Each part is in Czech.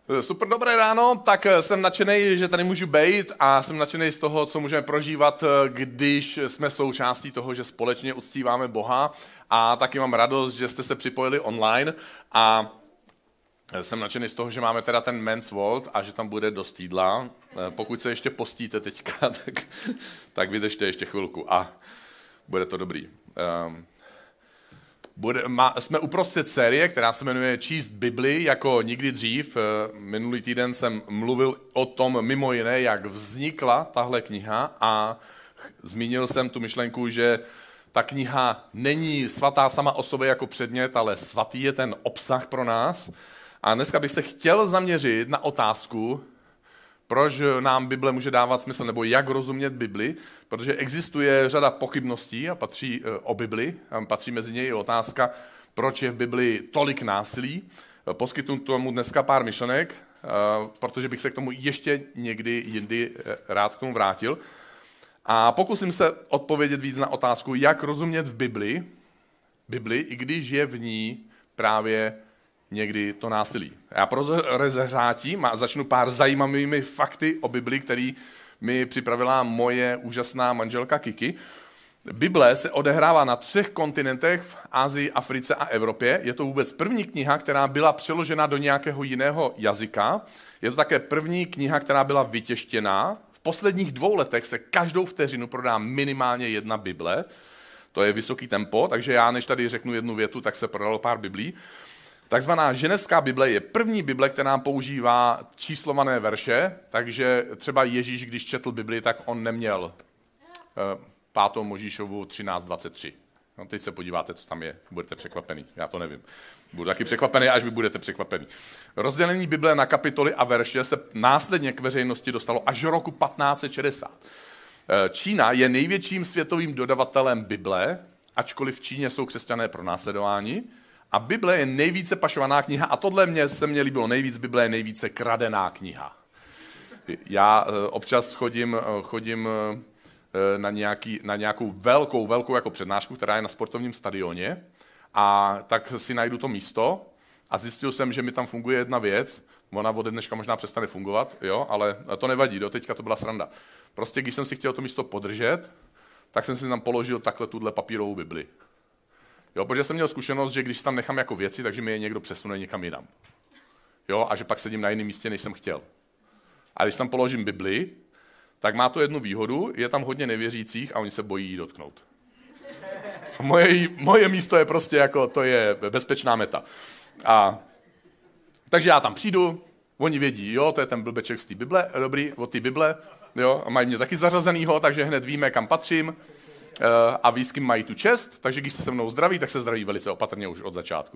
Super, dobré ráno, tak jsem nadšený, že tady můžu být a jsem nadšený z toho, co můžeme prožívat, když jsme součástí toho, že společně uctíváme Boha a taky mám radost, že jste se připojili online a jsem nadšený z toho, že máme teda ten Men's World a že tam bude dost jídla. Pokud se ještě postíte teďka, tak vydržte ještě chvilku a bude to dobrý. Jsme uprostřed série, která se jmenuje Číst Bibli jako nikdy dřív. Minulý týden jsem mluvil o tom mimo jiné, jak vznikla tahle kniha a zmínil jsem tu myšlenku, že ta kniha není svatá sama o sobě jako předmět, ale svatý je ten obsah pro nás. A dneska bych se chtěl zaměřit na otázku, proč nám Bible může dávat smysl, nebo jak rozumět Bibli, protože existuje řada pochybností a patří o Bibli, a patří mezi něj i otázka, proč je v Bibli tolik násilí. Poskytnu tomu dneska pár myšlenek, protože bych se k tomu ještě někdy jindy rád k tomu vrátil. A pokusím se odpovědět víc na otázku, jak rozumět v Bibli, i když je v ní právě někdy to násilí. Já pro rozehřátím a začnu pár zajímavými fakty o Bibli, který mi připravila moje úžasná manželka Kiki. Bible se odehrává na 3 kontinentech, v Asii, Africe a Evropě. Je to vůbec první kniha, která byla přeložena do nějakého jiného jazyka. Je to také první kniha, která byla vytěštěná. V posledních 2 letech se každou vteřinu prodá minimálně 1 Bible. To je vysoký tempo, takže já než tady řeknu jednu větu, tak se prodalo pár Biblí. Takzvaná ženevská Bible je první Bible, která používá číslované verše, takže třeba Ježíš, když četl Bibli, tak on neměl 5. Možíšovu 13:23. No, teď se podíváte, co tam je, budete překvapený, já to nevím. Budu taky překvapený, až vy budete překvapený. Rozdělení Bible na kapitoly a verše se následně k veřejnosti dostalo až do roku 1560. Čína je největším světovým dodavatelem Bible, ačkoliv v Číně jsou křesťané pronásledováni. A Bible je nejvíce pašovaná kniha a tohle se mně líbilo nejvíc, Bible je nejvíce kradená kniha. Já občas chodím na nějakou velkou jako přednášku, která je na sportovním stadioně a tak si najdu to místo a zjistil jsem, že mi tam funguje jedna věc, ona ode dneška možná přestane fungovat, jo, ale to nevadí, doteďka to byla sranda. Prostě když jsem si chtěl to místo podržet, tak jsem si tam položil takhle tuhle papírovou Bibli. Jo, protože jsem měl zkušenost, že když si tam nechám jako věci, takže mi je někdo přesune někam jinam. Jo, a že pak sedím na jiném místě, než jsem chtěl. A když tam položím Bibli, tak má to jednu výhodu, je tam hodně nevěřících a oni se bojí jí dotknout. Moje místo je prostě jako, to je bezpečná meta. Takže já tam přijdu, oni vědí, jo, to je ten blbeček z té Bible, dobrý, od té Bible, jo, a mají mě taky zařazenýho, takže hned víme, kam patřím. A ví, s kým mají tu čest, takže když se se mnou zdraví, tak se zdraví velice opatrně už od začátku.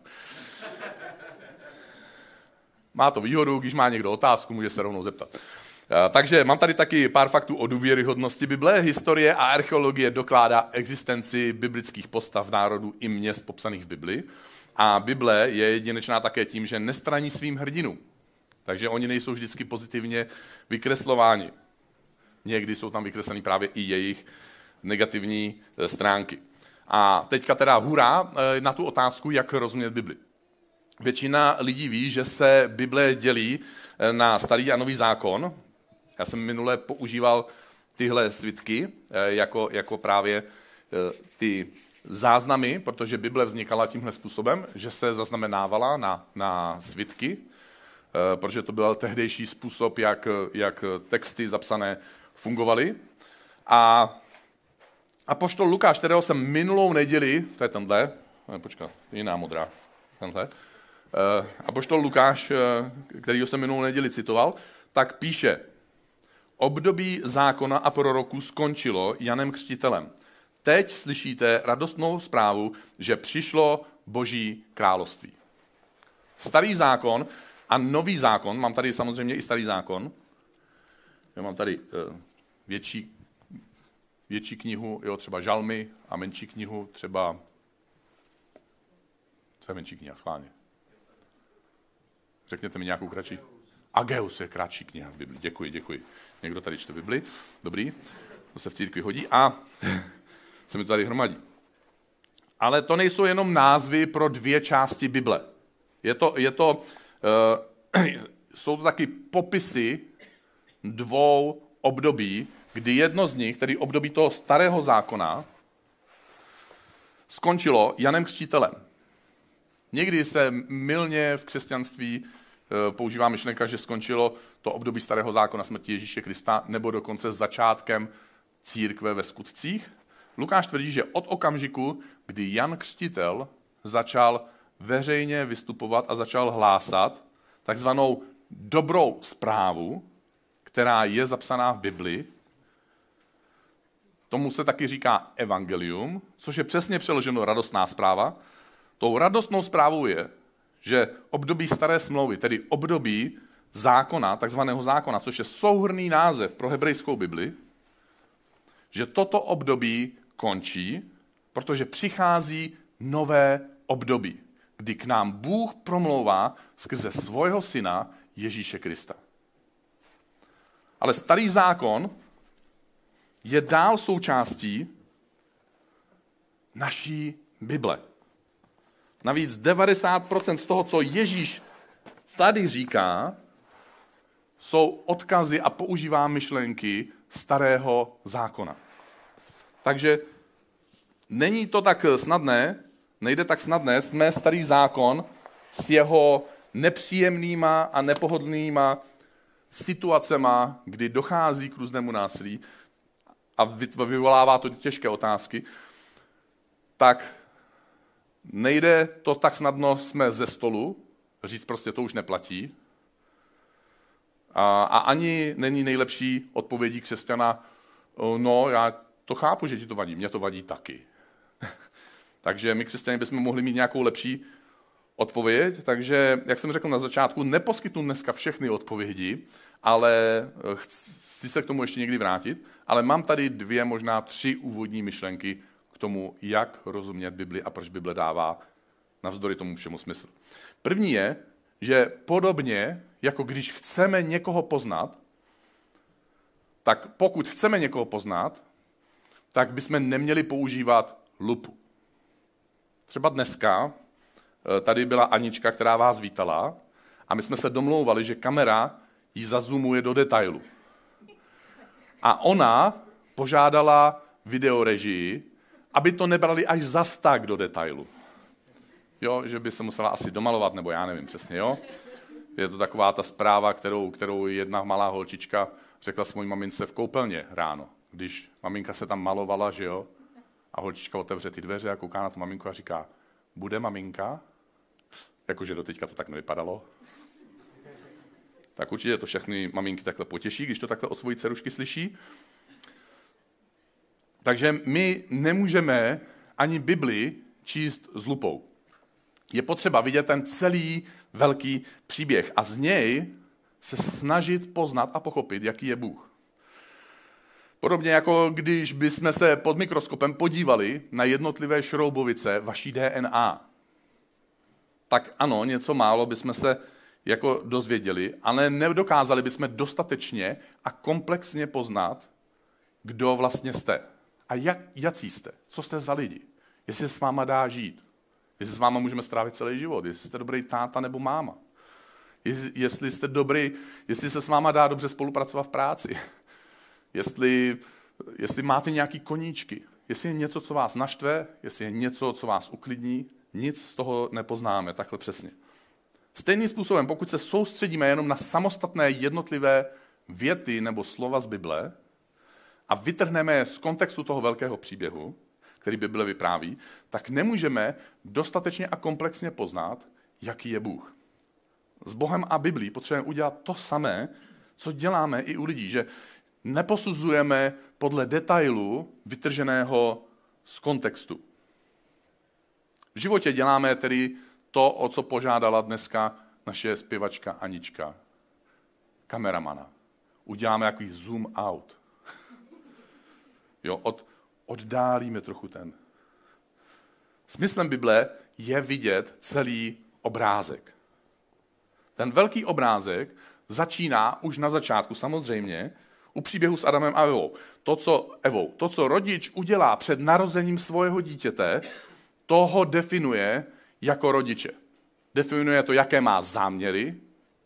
Má to výhodu, když má někdo otázku, může se rovnou zeptat. Takže mám tady taky pár faktů o důvěryhodnosti Bible. Historie a archeologie dokládá existenci biblických postav národů i měst popsaných v Bibli. A Bible je jedinečná také tím, že nestraní svým hrdinům. Takže oni nejsou vždycky pozitivně vykreslováni. Někdy jsou tam vykresleny právě i jejich negativní stránky. A teďka teda hurá na tu otázku, jak rozumět Bibli. Většina lidí ví, že se Bible dělí na starý a nový zákon. Já jsem minule používal tyhle svitky jako právě ty záznamy, protože Bible vznikala tímhle způsobem, že se zaznamenávala na svitky, protože to byl tehdejší způsob, jak texty zapsané fungovaly. A apoštol Lukáš, kterého jsem minulou neděli, to je tenhle, jiná modrá, tenhle, apoštol Lukáš, kterýho jsem minulou neděli citoval, tak píše, období zákona a proroků skončilo Janem Křtitelem. Teď slyšíte radostnou zprávu, že přišlo Boží království. Starý zákon a nový zákon, mám tady samozřejmě i starý zákon, já mám tady větší knihu, jo, třeba Žalmy a menší knihu, třeba... Co je menší kniha, schválně? Řekněte mi nějakou kratší. Ageus je kratší kniha v Bibli. Děkuji. Někdo tady čte Bibli? Dobrý. To se v církvi hodí a se mi to tady hromadí. Ale to nejsou jenom názvy pro 2 části Bible. jsou to taky popisy dvou období, kdy jedno z nich, tedy období toho starého zákona, skončilo Janem Křtitelem. Někdy se mylně v křesťanství používá myšlenka, že skončilo to období starého zákona smrti Ježíše Krista, nebo dokonce s začátkem církve ve skutcích. Lukáš tvrdí, že od okamžiku, kdy Jan Křtitel začal veřejně vystupovat a začal hlásat takzvanou dobrou zprávu, která je zapsaná v Bibli, tomu se taky říká evangelium, což je přesně přeloženo radostná zpráva. Tou radostnou zprávou je, že období staré smlouvy, tedy období zákona, takzvaného zákona, což je souhrnný název pro hebrejskou Bibli, že toto období končí, protože přichází nové období, kdy k nám Bůh promlouvá skrze svého syna Ježíše Krista. Ale starý zákon je dál součástí naší Bible. Navíc 90% z toho, co Ježíš tady říká, jsou odkazy a používá myšlenky starého zákona. Takže není to tak snadné, nejde tak snadné smést starý zákon s jeho nepříjemnýma a nepohodlnýma situacema, kdy dochází k různému násilí a vyvolává to těžké otázky, tak nejde to tak snadno smést ze stolu, říct prostě to už neplatí. A ani není nejlepší odpovědí křesťana, no já to chápu, že ti to vadí, mě to vadí taky. Takže my křesťané bychom mohli mít nějakou lepší odpověď, takže, jak jsem řekl na začátku, neposkytnu dneska všechny odpovědi, ale chci se k tomu ještě někdy vrátit, ale mám tady 2, možná 3 úvodní myšlenky k tomu, jak rozumět Bibli a proč Bible dává navzdory tomu všemu smysl. První je, že podobně, jako když chceme někoho poznat, tak pokud chceme někoho poznat, tak bychom neměli používat lupu. Třeba dneska tady byla Anička, která vás vítala a my jsme se domlouvali, že kamera ji zazoomuje do detailu. A ona požádala videorežii, aby to nebrali až zas tak do detailu. Jo, že by se musela asi domalovat, nebo já nevím přesně, jo. Je to taková ta zpráva, kterou jedna malá holčička řekla svojí mamince v koupelně ráno, když maminka se tam malovala, že jo, a holčička otevře ty dveře a kouká na tu maminku a říká, bude maminka? Jakože doteďka to tak nevypadalo. Tak určitě to všechny maminky takhle potěší, když to takhle od svojí dcerušky slyší. Takže my nemůžeme ani Bibli číst s lupou. Je potřeba vidět ten celý velký příběh a z něj se snažit poznat a pochopit, jaký je Bůh. Podobně jako když bychom se pod mikroskopem podívali na jednotlivé šroubovice vaší DNA. Tak ano, něco málo bychom se jako dozvěděli, ale nedokázali bychom dostatečně a komplexně poznat, kdo vlastně jste. A jací jste? Co jste za lidi? Jestli se s váma dá žít? Jestli s váma můžeme strávit celý život? Jestli jste dobrý táta nebo máma? Jestli jste dobrý, jestli se s váma dá dobře spolupracovat v práci? Jestli máte nějaký koníčky? Jestli je něco, co vás naštve? Jestli je něco, co vás uklidní? Nic z toho nepoznáme takhle přesně. Stejným způsobem, pokud se soustředíme jenom na samostatné jednotlivé věty nebo slova z Bible a vytrhneme je z kontextu toho velkého příběhu, který Bible vypráví, tak nemůžeme dostatečně a komplexně poznat, jaký je Bůh. S Bohem a Biblí potřebujeme udělat to samé, co děláme i u lidí, že neposuzujeme podle detailu vytrženého z kontextu. V životě děláme tedy to, o co požádala dneska naše zpěvačka Anička, kameramana. Uděláme jaký zoom out. Jo, oddálíme trochu ten. Smyslem Bible je vidět celý obrázek. Ten velký obrázek začíná už na začátku samozřejmě u příběhu s Adamem a Evou. To, co rodič udělá před narozením svého dítěte, toho definuje jako rodiče. Definuje to, jaké má záměry,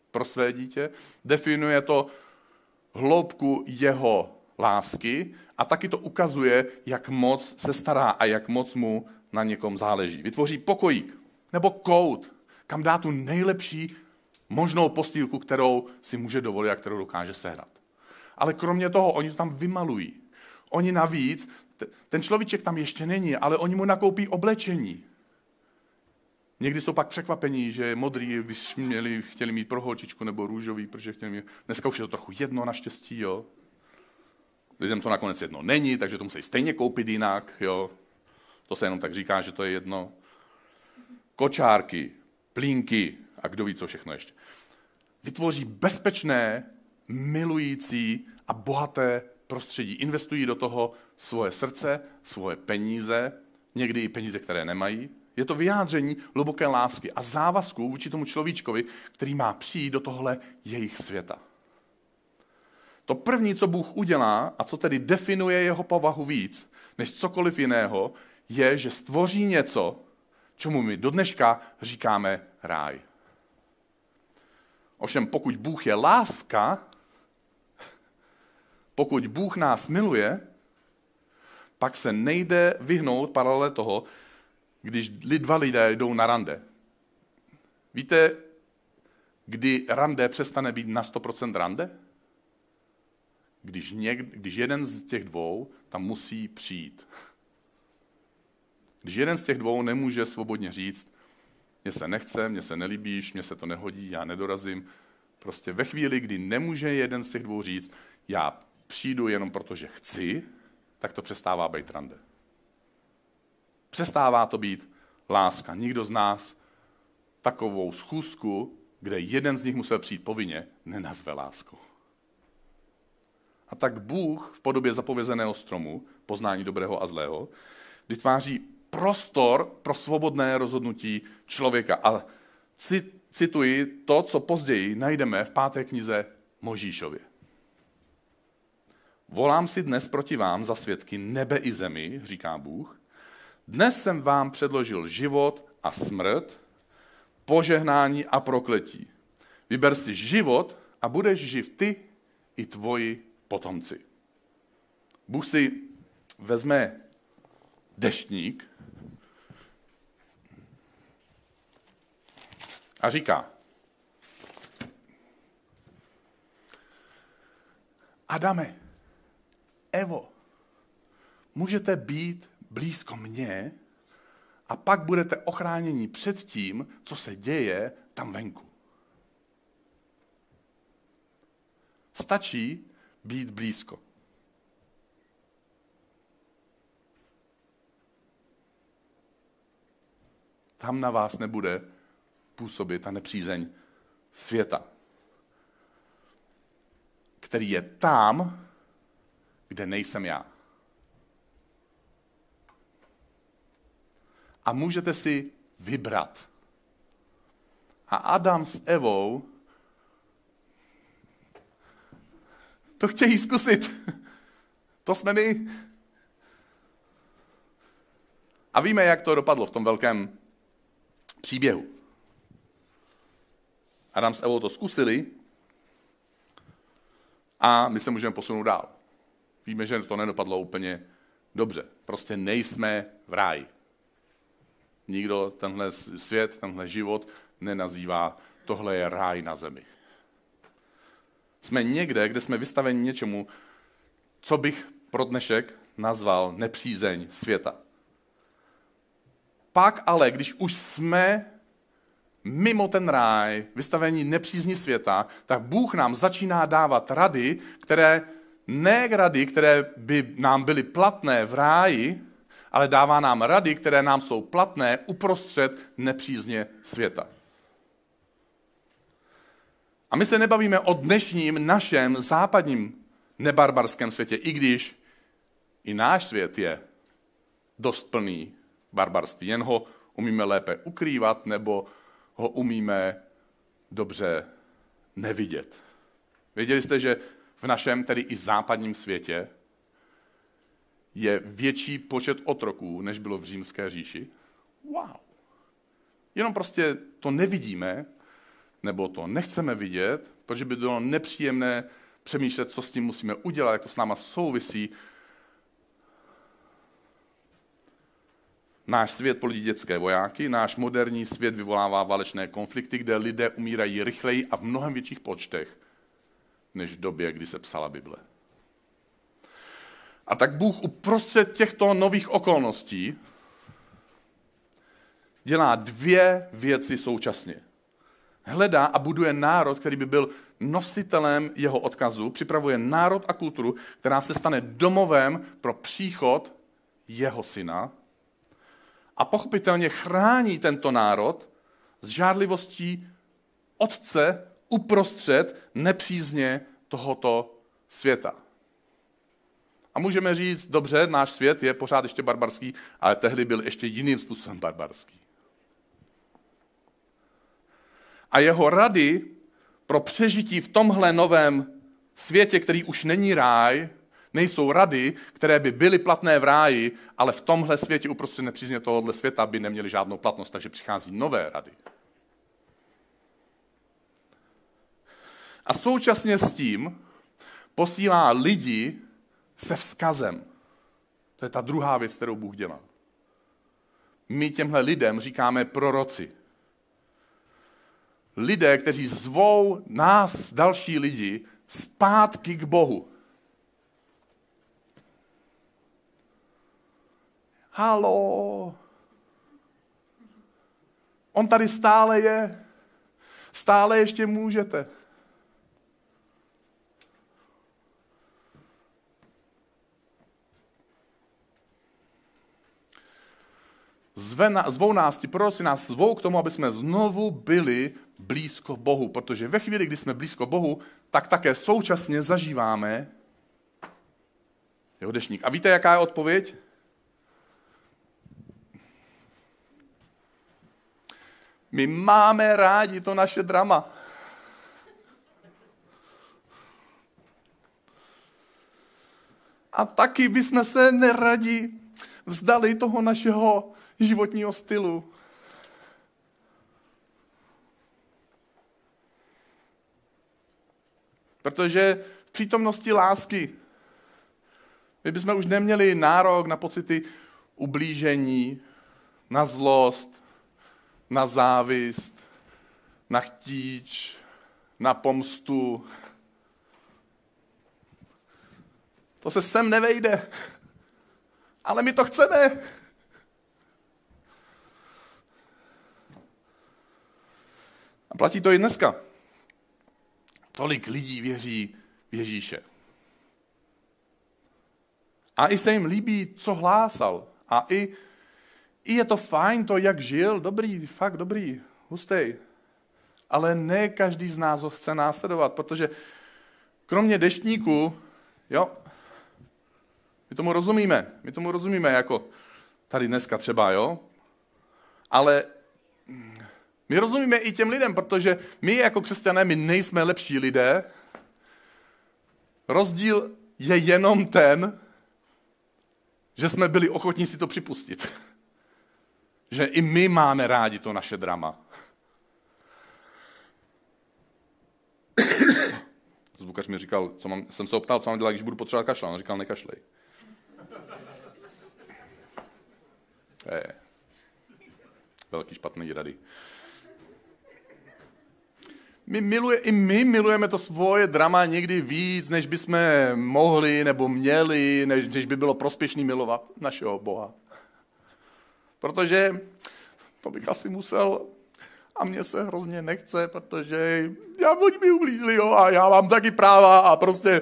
pro své dítě, definuje to hloubku jeho lásky a taky to ukazuje, jak moc se stará a jak moc mu na někom záleží. Vytvoří pokojík nebo kout, kam dá tu nejlepší možnou postýlku, kterou si může dovolit a kterou dokáže sehnat. Ale kromě toho, oni to tam vymalují. Oni navíc, ten človíček tam ještě není, ale oni mu nakoupí oblečení. Někdy jsou pak překvapení, že je modrý, když chtěli mít pro holčičku, nebo růžový, protože chtěli mít. Dneska už je to trochu jedno naštěstí, jo. Lidem to nakonec jedno není, takže to musí stejně koupit jinak, jo. To se jenom tak říká, že to je jedno. Kočárky, plínky a kdo ví, co všechno ještě. Vytvoří bezpečné, milující a bohaté prostředí. Investují do toho svoje srdce, svoje peníze, někdy i peníze, které nemají. Je to vyjádření hluboké lásky a závazku vůči tomu človíčkovi, který má přijít do tohle jejich světa. To první, co Bůh udělá a co tedy definuje jeho povahu víc než cokoliv jiného, je, že stvoří něco, čemu my do dneška říkáme ráj. Ovšem, pokud Bůh je láska, pokud Bůh nás miluje, pak se nejde vyhnout paralele toho, když dva lidé jdou na rande. Víte, kdy rande přestane být na 100% rande? Když jeden z těch dvou tam musí přijít. Když jeden z těch dvou nemůže svobodně říct, mně se nechce, mně se nelíbíš, mně se to nehodí, já nedorazím. Prostě ve chvíli, kdy nemůže jeden z těch dvou říct, já přijdu jenom proto, že chci, tak to přestává být rande. Přestává to být láska. Nikdo z nás takovou schůzku, kde jeden z nich musel přijít povinně, nenazve láskou. A tak Bůh v podobě zapovězeného stromu, poznání dobrého a zlého, vytváří prostor pro svobodné rozhodnutí člověka. A cituji to, co později najdeme v 5. knize Mojžíšově. Volám si dnes proti vám za svědky nebe i zemi, říká Bůh. Dnes jsem vám předložil život a smrt, požehnání a prokletí. Vyber si život a budeš živ ty i tvoji potomci. Bůh si vezme deštník a říká: Adame, Evo, můžete být blízko mě a pak budete ochráněni před tím, co se děje tam venku. Stačí být blízko. Tam na vás nebude působit ta nepřízeň světa, který je tam, kde nejsem já. A můžete si vybrat. A Adam s Evou to chtějí zkusit. To jsme my. A víme, jak to dopadlo v tom velkém příběhu. Adam s Evou to zkusili a my se můžeme posunout dál. Víme, že to nedopadlo úplně dobře. Prostě nejsme v ráji. Nikdo tenhle svět, tenhle život nenazývá, tohle je ráj na zemi. Jsme někde, kde jsme vystaveni něčemu, co bych pro dnešek nazval nepřízeň světa. Pak ale, když už jsme mimo ten ráj, vystavení nepřízni světa, tak Bůh nám začíná dávat rady, které by nám byly platné v ráji, ale dává nám rady, které nám jsou platné uprostřed nepřízně světa. A my se nebavíme o dnešním našem západním nebarbarském světě, i když i náš svět je dost plný barbarství. Jen ho umíme lépe ukrývat, nebo ho umíme dobře nevidět. Věděli jste, že v našem, tedy i západním světě, je větší počet otroků, než bylo v římské říši? Wow. Jenom prostě to nevidíme, nebo to nechceme vidět, protože by bylo nepříjemné přemýšlet, co s tím musíme udělat, jak to s náma souvisí. Náš svět plodí dětské vojáky, náš moderní svět vyvolává válečné konflikty, kde lidé umírají rychleji a v mnohem větších počtech, než v době, kdy se psala Bible. A tak Bůh uprostřed těchto nových okolností dělá dvě věci současně. Hledá a buduje národ, který by byl nositelem jeho odkazu, připravuje národ a kulturu, která se stane domovem pro příchod jeho syna a pochopitelně chrání tento národ s žádlivostí otce uprostřed nepřízně tohoto světa. A můžeme říct, dobře, náš svět je pořád ještě barbarský, ale tehdy byl ještě jiným způsobem barbarský. A jeho rady pro přežití v tomhle novém světě, který už není ráj, nejsou rady, které by byly platné v ráji, ale v tomhle světě uprostřed nepřízně tohohle světa by neměly žádnou platnost, takže přichází nové rady. A současně s tím posílá lidi se vzkazem. To je ta druhá věc, kterou Bůh dělá. My těmhle lidem říkáme proroci. Lidé, kteří zvou nás, další lidi, zpátky k Bohu. Haló! On tady stále je. Stále ještě můžete. Zvou nás, ti proroci nás zvou k tomu, aby jsme znovu byli blízko Bohu, protože ve chvíli, kdy jsme blízko Bohu, tak také současně zažíváme jeho dešník. A víte, jaká je odpověď? My máme rádi to naše drama. A taky bychom se neradi vzdali toho našeho životního stylu. Protože v přítomnosti lásky my bychom už neměli nárok na pocity ublížení, na zlost, na závist, na chtíč, na pomstu. To se sem nevejde. Ale my to chceme. A platí to i dneska. Tolik lidí věří v Ježíše. A i se jim líbí, co hlásal. A i je to fajn, to, jak žil, dobrý, fakt dobrý, hustej. Ale ne každý z nás ho chce následovat, protože kromě deštníku, jo, my tomu rozumíme jako tady dneska třeba, jo, ale my rozumíme i těm lidem, protože my jako křesťané, my nejsme lepší lidé. Rozdíl je jenom ten, že jsme byli ochotní si to připustit. Že i my máme rádi to naše drama. Zvukař mi říkal, jsem se optal, co mám dělat, když budu potřebovat kašlat. On říkal, nekašlej. Velký špatný rady. My milujeme to svoje drama někdy víc, než bychom mohli nebo měli, než by bylo prospěšný milovat našeho Boha. Protože to bych asi musel a mně se hrozně nechce, protože oni mi ublížili, jo, a já mám taky práva a prostě...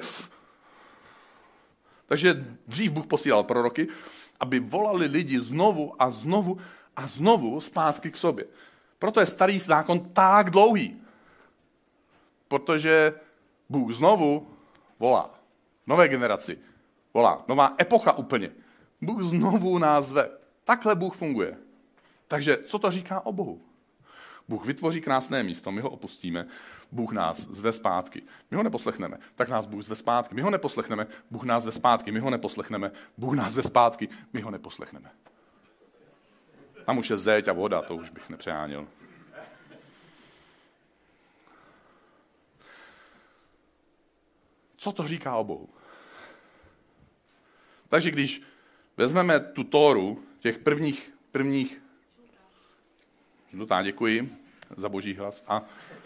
Takže dřív Bůh posílal proroky, aby volali lidi znovu a znovu a znovu zpátky k sobě. Proto je starý zákon tak dlouhý. Protože Bůh znovu volá. Nové generaci volá. Nová epocha úplně. Bůh znovu nás zve. Takhle Bůh funguje. Takže co to říká o Bohu? Bůh vytvoří krásné místo, my ho opustíme, Bůh nás zve zpátky. My ho neposlechneme, tak nás Bůh zve zpátky. My ho neposlechneme, Bůh nás zve zpátky. My ho neposlechneme, Bůh nás zve zpátky. My ho neposlechneme. Tam už je zeď a voda, to už bych nepřeháněl. co to říká o Bohu. Takže když vezmeme tu Tóru, těch prvních žlutá, děkuji za boží hlas. A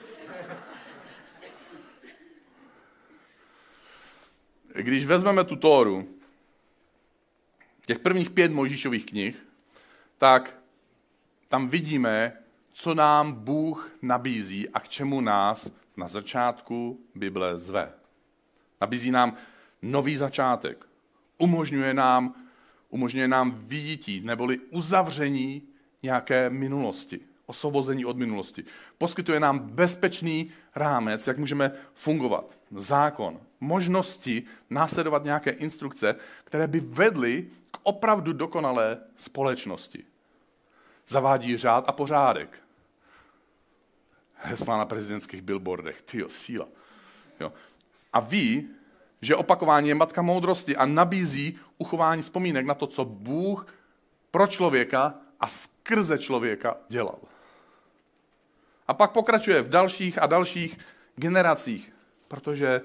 když vezmeme tu Tóru, těch prvních 5 Mojžíšových knih, tak tam vidíme, co nám Bůh nabízí a k čemu nás na začátku Bible zve. Nabízí nám nový začátek. Umožňuje nám vyjití, neboli uzavření nějaké minulosti, osvobození od minulosti. Poskytuje nám bezpečný rámec, jak můžeme fungovat. Zákon, možnosti následovat nějaké instrukce, které by vedly k opravdu dokonalé společnosti. Zavádí řád a pořádek. Hesla na prezidentských billboardech. Tyjo, síla. Jo. A ví, že opakování je matka moudrosti a nabízí uchování vzpomínek na to, co Bůh pro člověka a skrze člověka dělal. A pak pokračuje v dalších a dalších generacích, protože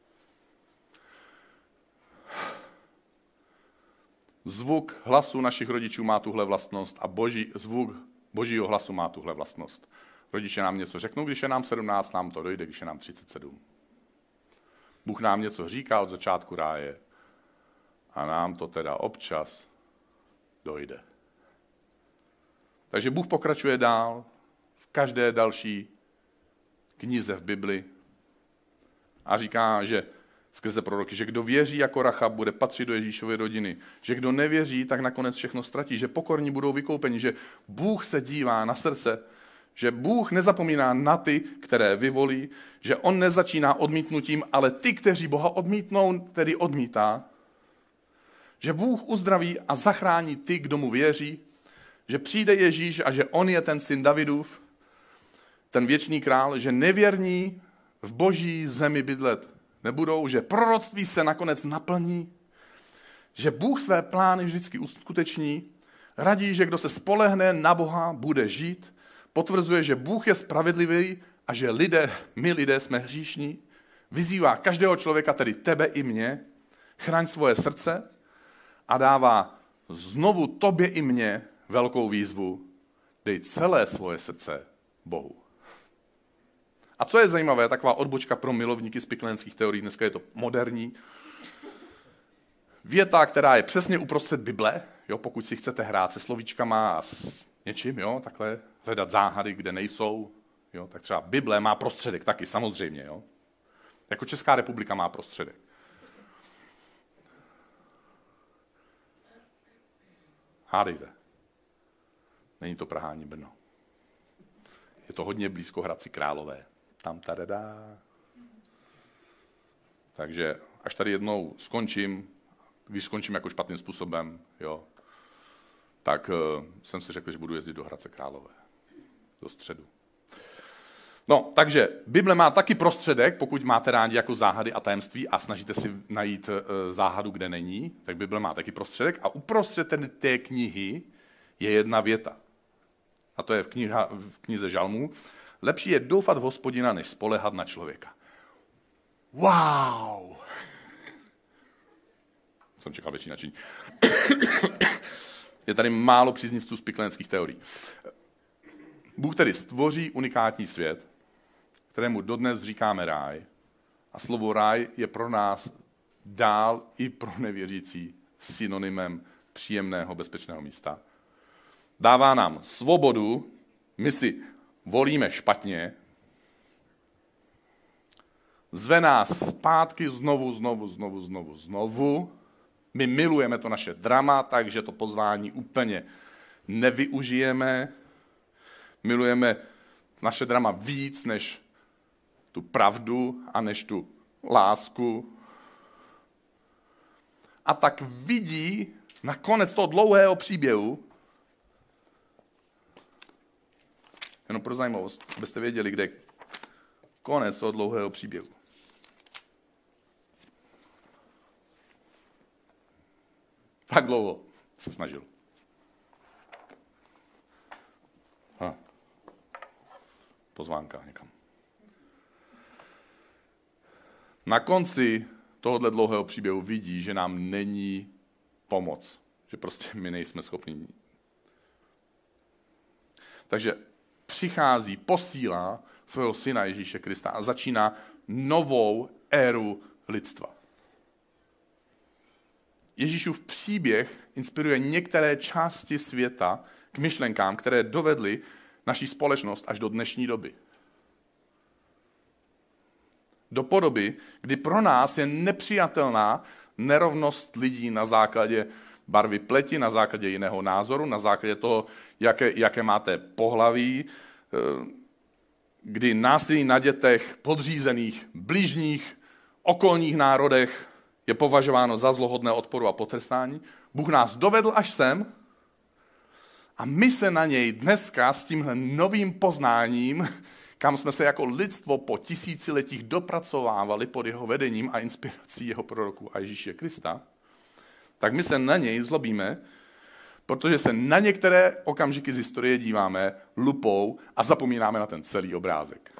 zvuk hlasu našich rodičů má tuhle vlastnost a zvuk božího hlasu má tuhle vlastnost. Rodiče nám něco řeknou, když je nám 17, nám to dojde, když je nám 37. Bůh nám něco říká od začátku ráje a nám to teda občas dojde. Takže Bůh pokračuje dál v každé další knize v Bibli a říká, že skrze proroky, že kdo věří jako Rachab, bude patřit do Ježíšovy rodiny, že kdo nevěří, tak nakonec všechno ztratí, že pokorní budou vykoupeni, že Bůh se dívá na srdce, že Bůh nezapomíná na ty, které vyvolí, že on nezačíná odmítnutím, ale ty, kteří Boha odmítnou, tedy odmítá, že Bůh uzdraví a zachrání ty, kdo mu věří, že přijde Ježíš a že on je ten syn Davidův, ten věčný král, že nevěrní v boží zemi bydlet nebudou, že proroctví se nakonec naplní, že Bůh své plány vždycky uskuteční, radí, že kdo se spolehne na Boha, bude žít, potvrzuje, že Bůh je spravedlivý a že my lidé jsme hříšní, vyzývá každého člověka, tedy tebe i mě, chraň svoje srdce a dává znovu tobě i mně velkou výzvu, dej celé svoje srdce Bohu. A co je zajímavé, taková odbočka pro milovníky spiklenských teorií, dneska je to moderní, věta, která je přesně uprostřed Bible, jo, pokud si chcete hrát se slovíčkama a s něčím, jo, takhle hledat záhady, kde nejsou, jo, tak třeba Bible má prostředek taky, samozřejmě. Jo. Jako Česká republika má prostředek. Hádejte. Není to Praha ani Brno. Je to hodně blízko Hradci Králové. Tam tadadá. Takže až tady jednou skončím, když skončím jako špatným způsobem, jo, tak jsem si řekl, že budu jezdit do Hradce Králové. Do středu. No, takže Bible má taky prostředek, pokud máte rádi jako záhady a tajemství a snažíte si najít záhadu, kde není, tak Bible má taky prostředek a uprostřed té knihy je jedna věta. A to je v knize Žalmů. Lepší je doufat v Hospodina, než spoléhat na člověka. Wow! Jsem čekal větší nadšení. Je tady málo příznivců spiklenských teorií. Bůh tedy stvoří unikátní svět, kterému dodnes říkáme ráj. A slovo ráj je pro nás dál i pro nevěřící synonymem příjemného, bezpečného místa. Dává nám svobodu, my si volíme špatně, zve nás zpátky znovu. My milujeme to naše drama, takže to pozvání úplně nevyužijeme. Milujeme naše drama víc než tu pravdu a než tu lásku. A tak vidí na konec toho dlouhého příběhu, jenom pro zajímavost, abyste věděli, kde je konec toho dlouhého příběhu. Tak dlouho se snažil. Pozvánka někam. Na konci tohohle dlouhého příběhu vidí, že nám není pomoc. Že prostě my nejsme schopni. Takže přichází, posílá svého syna Ježíše Krista a začíná novou éru lidstva. Ježíšův příběh inspiruje některé části světa k myšlenkám, které dovedly naší společnost až do dnešní doby. Do podoby, kdy pro nás je nepřijatelná nerovnost lidí na základě barvy pleti, na základě jiného názoru, na základě toho, jaké máte pohlaví, kdy násilí na dětech, podřízených, bližních, okolních národech je považováno za zlohodné odporu a potrestání. Bůh nás dovedl až sem a my se na něj dneska s tímhle novým poznáním, kam jsme se jako lidstvo po tisíciletích dopracovávali pod jeho vedením a inspirací jeho proroků a Ježíše Krista, tak my se na něj zlobíme, protože se na některé okamžiky z historie díváme lupou a zapomínáme na ten celý obrázek.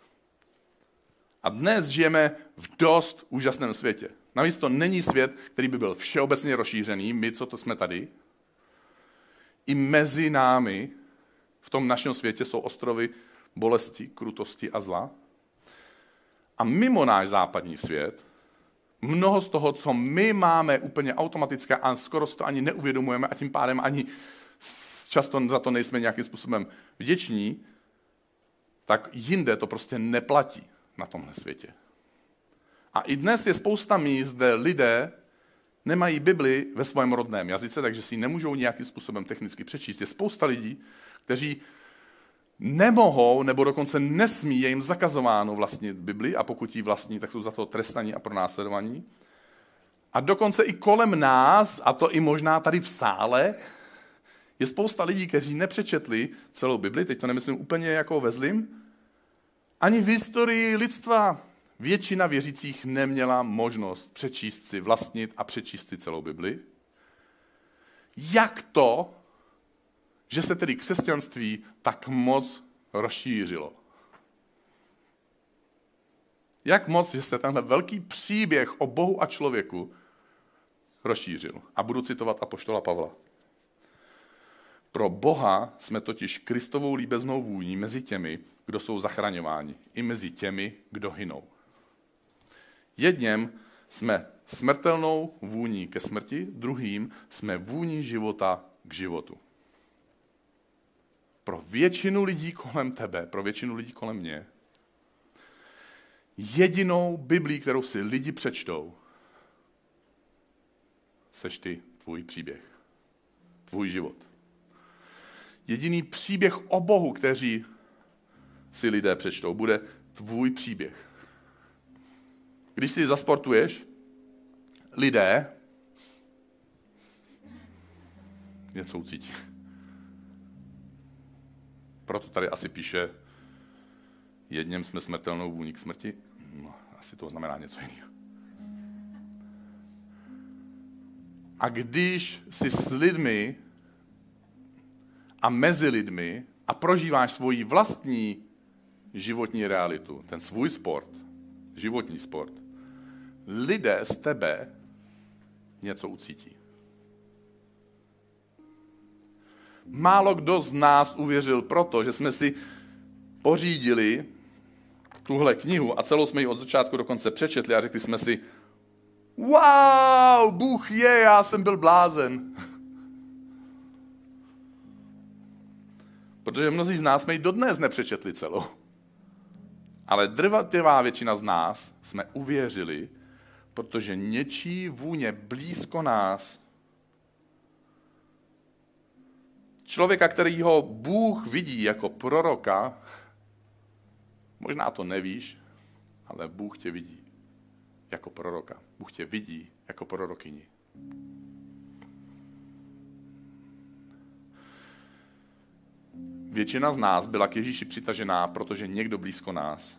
A dnes žijeme v dost úžasném světě. Navíc to není svět, který by byl všeobecně rozšířený, my, co to jsme tady. I mezi námi v tom našem světě jsou ostrovy bolesti, krutosti a zla. A mimo náš západní svět, mnoho z toho, co my máme úplně automatické a skoro si to ani neuvědomujeme a tím pádem ani často za to nejsme nějakým způsobem vděční, tak jinde to prostě neplatí na tomhle světě. A i dnes je spousta míst, kde lidé nemají Bibli ve svém rodném jazyce, takže si ji nemůžou nějakým způsobem technicky přečíst. Je spousta lidí, kteří nemohou, nebo dokonce nesmí, je jim zakazováno vlastnit Bibli a pokud ji vlastní, tak jsou za to trestaní a pronásledovaní. A dokonce i kolem nás, a to i možná tady v sále, je spousta lidí, kteří nepřečetli celou Bibli, teď to nemyslím úplně jako ve zlým, ani v historii lidstva většina věřících neměla možnost přečíst si, vlastnit a přečíst si celou Bibli. Jak to, že se tedy křesťanství tak moc rozšířilo? Jak moc, že se tenhle velký příběh o Bohu a člověku rozšířil? A budu citovat apoštola Pavla. Pro Boha jsme totiž Kristovou líbeznou vůní mezi těmi, kdo jsou zachraňováni, i mezi těmi, kdo hynou. Jedním jsme smrtelnou vůní ke smrti, druhým jsme vůní života k životu. Pro většinu lidí kolem tebe, pro většinu lidí kolem mě, jedinou Biblí, kterou si lidi přečtou, seš ty, tvůj příběh, tvůj život. Jediný příběh o Bohu, kteří si lidé přečtou, bude tvůj příběh. Když si zasportuješ, lidé něco ucítí. Proto tady asi píše, jedním jsme smrtelnou vůní k smrti. No, asi to znamená něco jiného. A když jsi s lidmi a mezi lidmi a prožíváš svoji vlastní životní realitu, ten svůj sport, životní sport, lidé z tebe něco ucítí. Málo kdo z nás uvěřil proto, že jsme si pořídili tuhle knihu a celou jsme ji od začátku do konce přečetli a řekli jsme si, wow, Bůh je, já jsem byl blázen. Protože mnozí z nás jsme ji dodnes nepřečetli celou. Ale drtivá většina z nás jsme uvěřili, protože něčí vůně blízko nás, člověka, kterýho Bůh vidí jako proroka, možná to nevíš, ale Bůh tě vidí jako proroka. Bůh tě vidí jako prorokyni. Většina z nás byla k Ježíši přitažená, protože někdo blízko nás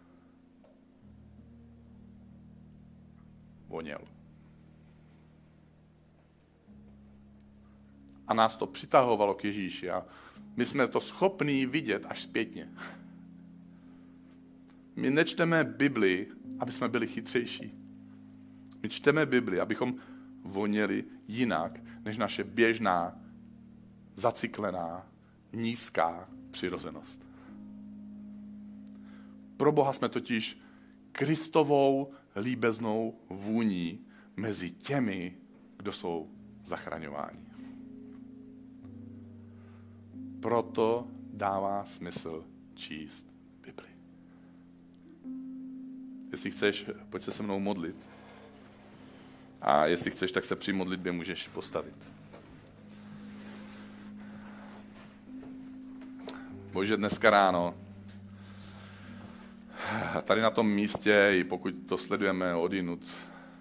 voněl. A nás to přitahovalo k Ježíši a my jsme to schopní vidět až zpětně. My nečteme Bibli, aby jsme byli chytřejší. My čteme Bibli, abychom voněli jinak, než naše běžná, zacyklená, nízká přirozenost. Pro Boha jsme totiž Kristovou líbeznou vůní mezi těmi, kdo jsou zachraňováni. Proto dává smysl číst Bibli. Jestli chceš, pojď se se mnou modlit. A jestli chceš, tak se při modlitbě můžeš postavit. Bože, dneska ráno, tady na tom místě, i pokud to sledujeme odjinud,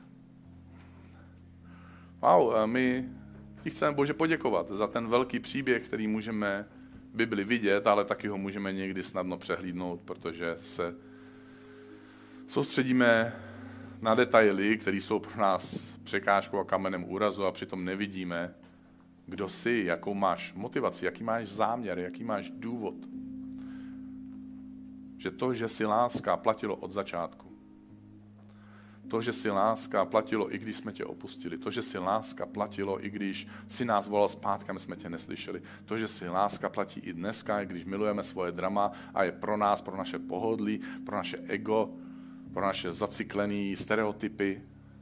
my ti chceme, Bože, poděkovat za ten velký příběh, který můžeme v Bibli vidět, ale taky ho můžeme někdy snadno přehlídnout, protože se soustředíme na detaily, které jsou pro nás překážkou a kamenem úrazu a přitom nevidíme, kdo jsi, jakou máš motivaci, jaký máš záměr, jaký máš důvod. Že to, že jsi láska, platilo od začátku. To, že jsi láska, platilo i když jsme tě opustili. To, že jsi láska, platilo i když jsi nás volal zpátky a my jsme tě neslyšeli. To, že jsi láska, platí i dneska, i když milujeme svoje drama a je pro nás, pro naše pohodlí, pro naše ego, pro naše zacyklené stereotypy,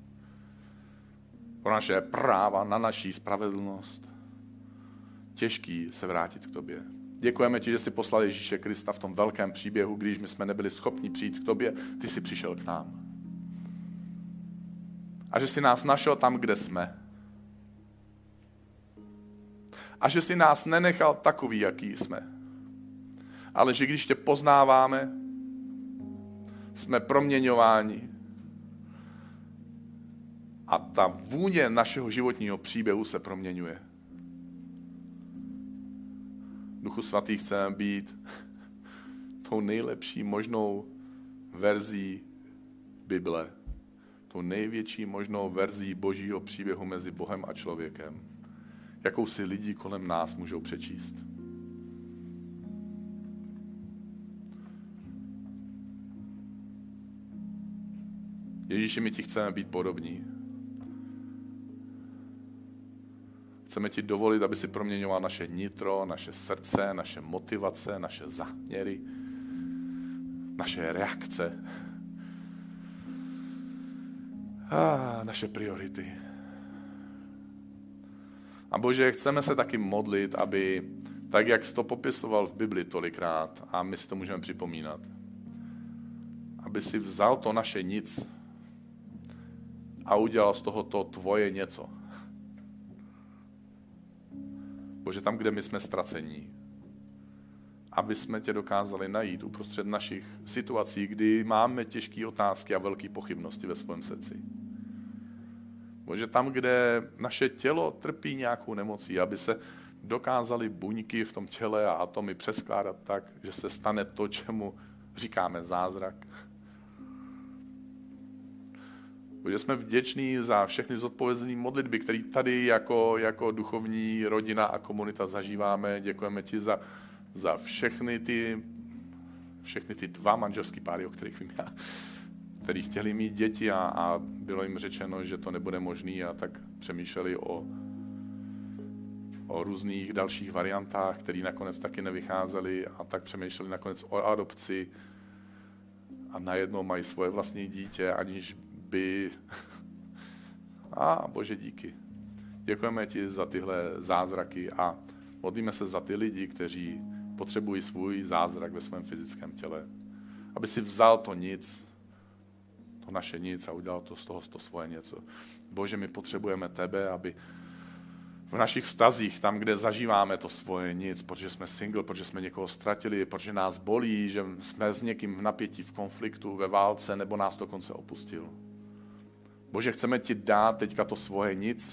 pro naše práva na naší spravedlnost. Těžký se vrátit k tobě. Děkujeme ti, že jsi poslal Ježíše Krista v tom velkém příběhu, když my jsme nebyli schopni přijít k tobě, ty jsi přišel k nám. A že jsi nás našel tam, kde jsme. A že jsi nás nenechal takový, jaký jsme. Ale že když tě poznáváme, jsme proměňováni. A ta vůně našeho životního příběhu se proměňuje. Duchu svatý, chceme být tou nejlepší možnou verzí Bible. Tou největší možnou verzí Božího příběhu mezi Bohem a člověkem. Jakou si lidi kolem nás můžou přečíst. Ježíši, my ti chceme být podobní. Chceme ti dovolit, aby si proměňoval naše nitro, naše srdce, naše motivace, naše záměry, naše reakce a naše priority. A Bože, chceme se taky modlit, aby, tak jak jsi to popisoval v Bibli tolikrát, a my si to můžeme připomínat, aby si vzal to naše nic a udělal z toho to tvoje něco. Bože, tam, kde my jsme ztracení, aby jsme tě dokázali najít uprostřed našich situací, kdy máme těžké otázky a velké pochybnosti ve svém srdci. Bože, tam, kde naše tělo trpí nějakou nemocí, aby se dokázaly buňky v tom těle a atomy přeskládat tak, že se stane to, čemu říkáme zázrak. Bože, jsme vděční za všechny zodpovězené modlitby, které tady jako duchovní rodina a komunita zažíváme. Děkujeme ti za všechny ty dva manželský páry, o kterých vím já, který chtěli mít děti a bylo jim řečeno, že to nebude možný a tak přemýšleli o různých dalších variantách, které nakonec taky nevycházely a tak přemýšleli nakonec o adopci a najednou mají svoje vlastní dítě, aniž by... Bože, díky. Děkujeme ti za tyhle zázraky a modlíme se za ty lidi, kteří potřebují svůj zázrak ve svém fyzickém těle. Aby si vzal to nic, to naše nic a udělal to z toho to svoje něco. Bože, my potřebujeme tebe, aby v našich vztazích, tam, kde zažíváme to svoje nic, protože jsme single, protože jsme někoho ztratili, protože nás bolí, že jsme s někým v napětí, v konfliktu, ve válce, nebo nás dokonce opustil. Bože, chceme ti dát teďka to svoje nic,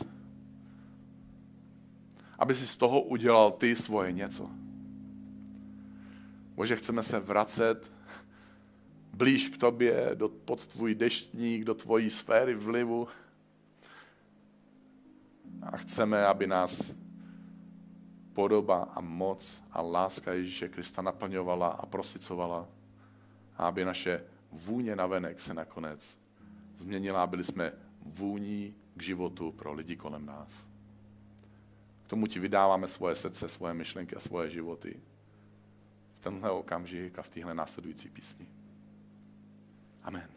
aby si z toho udělal ty svoje něco. Bože, chceme se vracet blíž k tobě, pod tvůj deštník, do tvojí sféry vlivu. A chceme, aby nás podoba a moc a láska Ježíše Krista naplňovala a prosycovala. A aby naše vůně navenek se nakonec změnila, byli jsme vůní k životu pro lidi kolem nás. K tomu ti vydáváme svoje srdce, svoje myšlenky a svoje životy. V tenhle okamžik a v téhle následující písni. Amen.